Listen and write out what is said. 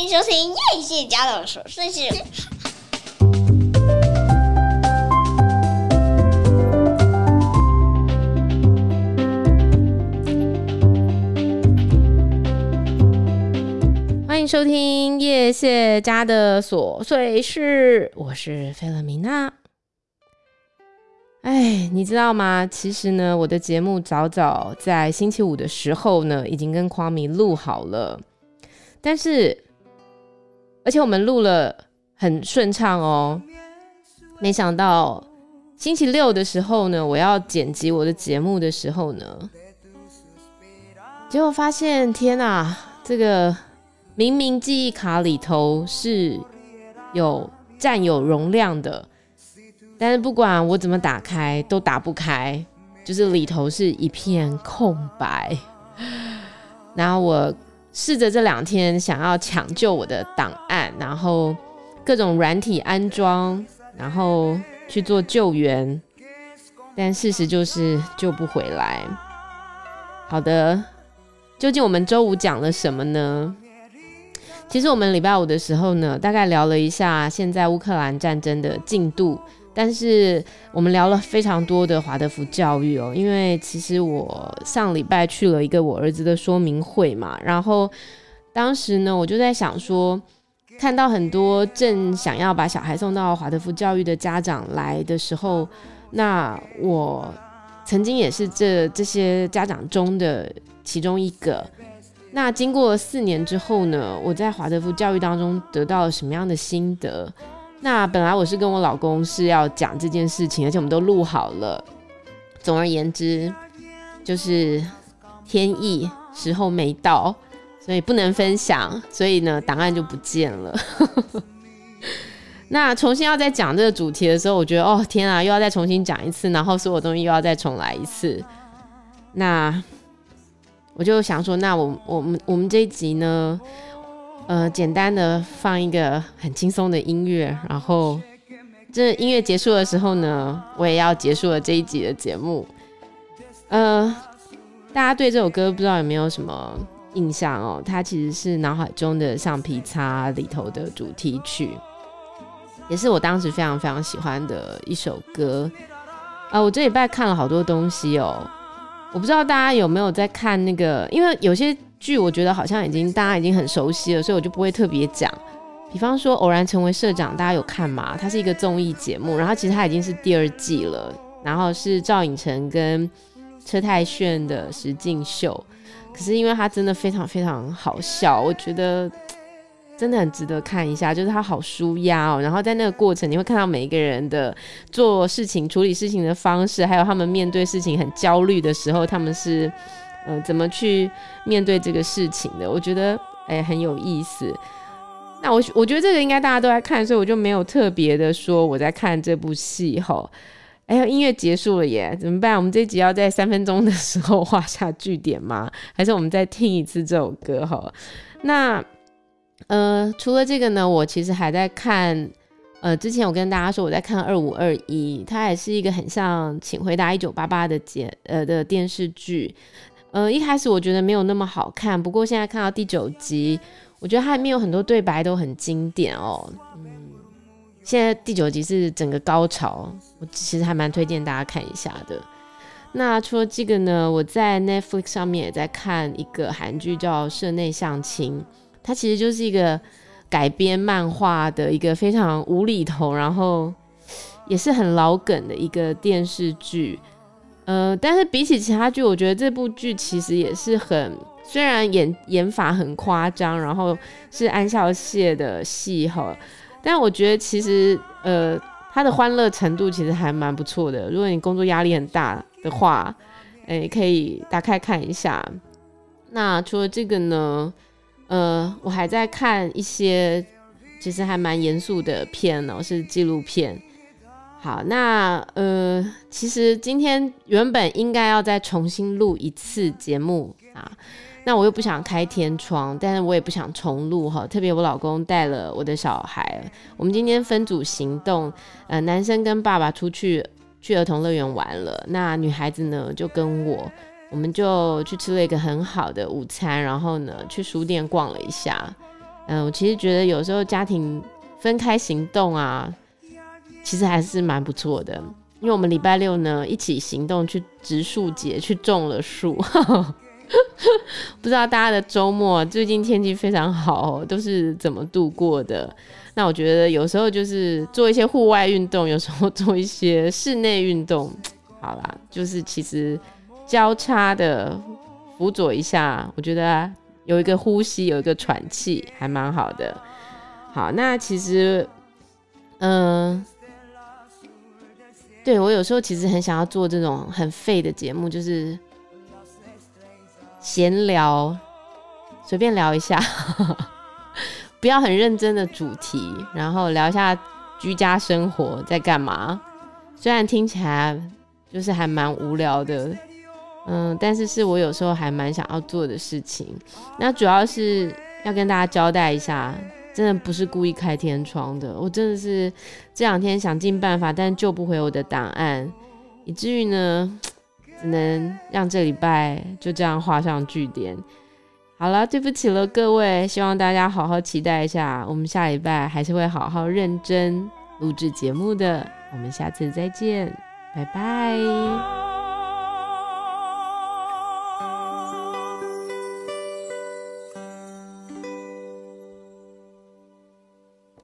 收听叶谢家的琐碎事。 欢迎收听叶谢家的琐碎事，我是菲勒米娜。你知道吗？其实呢，我的节目早早在星期五的时候呢，已经跟匡米录好了，而且我们录了很顺畅哦。没想到星期六的时候呢，我要剪辑我的节目的时候呢，结果发现天哪，这个明明记忆卡里头是占有容量的，但是不管我怎么打开都打不开，就是里头是一片空白。然后我试着这2天想要抢救我的档案，然后各种软体安装，然后去做救援，但事实就是救不回来。好的，究竟我们周五讲了什么呢？其实我们礼拜五的时候呢，大概聊了一下现在乌克兰战争的进度，但是我们聊了非常多的华德福教育哦，因为其实我上礼拜去了一个我儿子的说明会嘛，然后当时呢，我就在想说，看到很多正想要把小孩送到华德福教育的家长来的时候，那我曾经也是这些家长中的其中一个。那经过4年之后呢，我在华德福教育当中得到了什么样的心得？那本来我是跟我老公是要讲这件事情，而且我们都录好了。总而言之，就是天意，时候没到，所以不能分享，所以呢，档案就不见了。那重新要再讲这个主题的时候，我觉得哦天啊，又要再重新讲一次，然后所有东西又要再重来一次。那我就想说，那我们这一集呢，简单的放一个很轻松的音乐，然后这音乐结束的时候呢，我也要结束了这一集的节目。大家对这首歌不知道有没有什么印象哦？它其实是脑海中的橡皮擦里头的主题曲，也是我当时非常非常喜欢的一首歌。我这礼拜看了好多东西哦。我不知道大家有没有在看那个，因为有些剧我觉得好像大家已经很熟悉了，所以我就不会特别讲。比方说《偶然成为社长》，大家有看吗？它是一个综艺节目，然后其实它已经是第2季了，然后是赵寅成跟车太铉的实境秀。可是因为它真的非常非常好笑，我觉得真的很值得看一下，就是它好舒压哦。然后在那个过程，你会看到每一个人的做事情、处理事情的方式，还有他们面对事情很焦虑的时候，他们是怎么去面对这个事情的。我觉得很有意思。那我觉得这个应该大家都在看，所以我就没有特别的说我在看这部戏吼。音乐结束了耶，怎么办？我们这一集要在3分钟的时候画下句点吗？还是我们再听一次这首歌好了？那除了这个呢，我其实还在看之前我跟大家说我在看2521，它也是一个很像请回答1988的电视剧。一开始我觉得没有那么好看，不过现在看到第9集，我觉得它里面有很多对白都很经典哦。现在第9集是整个高潮，我其实还蛮推荐大家看一下的。那除了这个呢，我在 Netflix 上面也在看一个韩剧叫《社内相亲》，它其实就是一个改编漫画的一个非常无厘头，然后也是很老梗的一个电视剧。但是比起其他剧，我觉得这部剧其实也是虽然演法很夸张，然后是安孝燮的戏哈，但我觉得其实它的欢乐程度其实还蛮不错的。如果你工作压力很大的话，可以打开看一下。那除了这个呢，我还在看一些其实还蛮严肃的片哦，是纪录片。好，那其实今天原本应该要再重新录一次节目啊，那我又不想开天窗，但是我也不想重录哈。特别我老公带了我的小孩，我们今天分组行动，男生跟爸爸出去儿童乐园玩了，那女孩子呢就跟我们就去吃了一个很好的午餐，然后呢去书店逛了一下。 我其实觉得有时候家庭分开行动啊，其实还是蛮不错的。因为我们礼拜六呢一起行动去植树节，去种了树。不知道大家的周末最近天气非常好都是怎么度过的？那我觉得有时候就是做一些户外运动，有时候做一些室内运动，好啦，就是其实交叉的辅佐一下，我觉得有一个呼吸，有一个喘气，还蛮好的。好，那其实对，我有时候其实很想要做这种很废的节目，就是闲聊，随便聊一下不要很认真的主题，然后聊一下居家生活在干嘛。虽然听起来就是还蛮无聊的，但是是我有时候还蛮想要做的事情。那主要是要跟大家交代一下，真的不是故意开天窗的，我真的是这两天想尽办法，但救不回我的档案，以至于呢只能让这礼拜就这样画上句点。好了，对不起了各位，希望大家好好期待一下，我们下礼拜还是会好好认真录制节目的，我们下次再见，拜拜。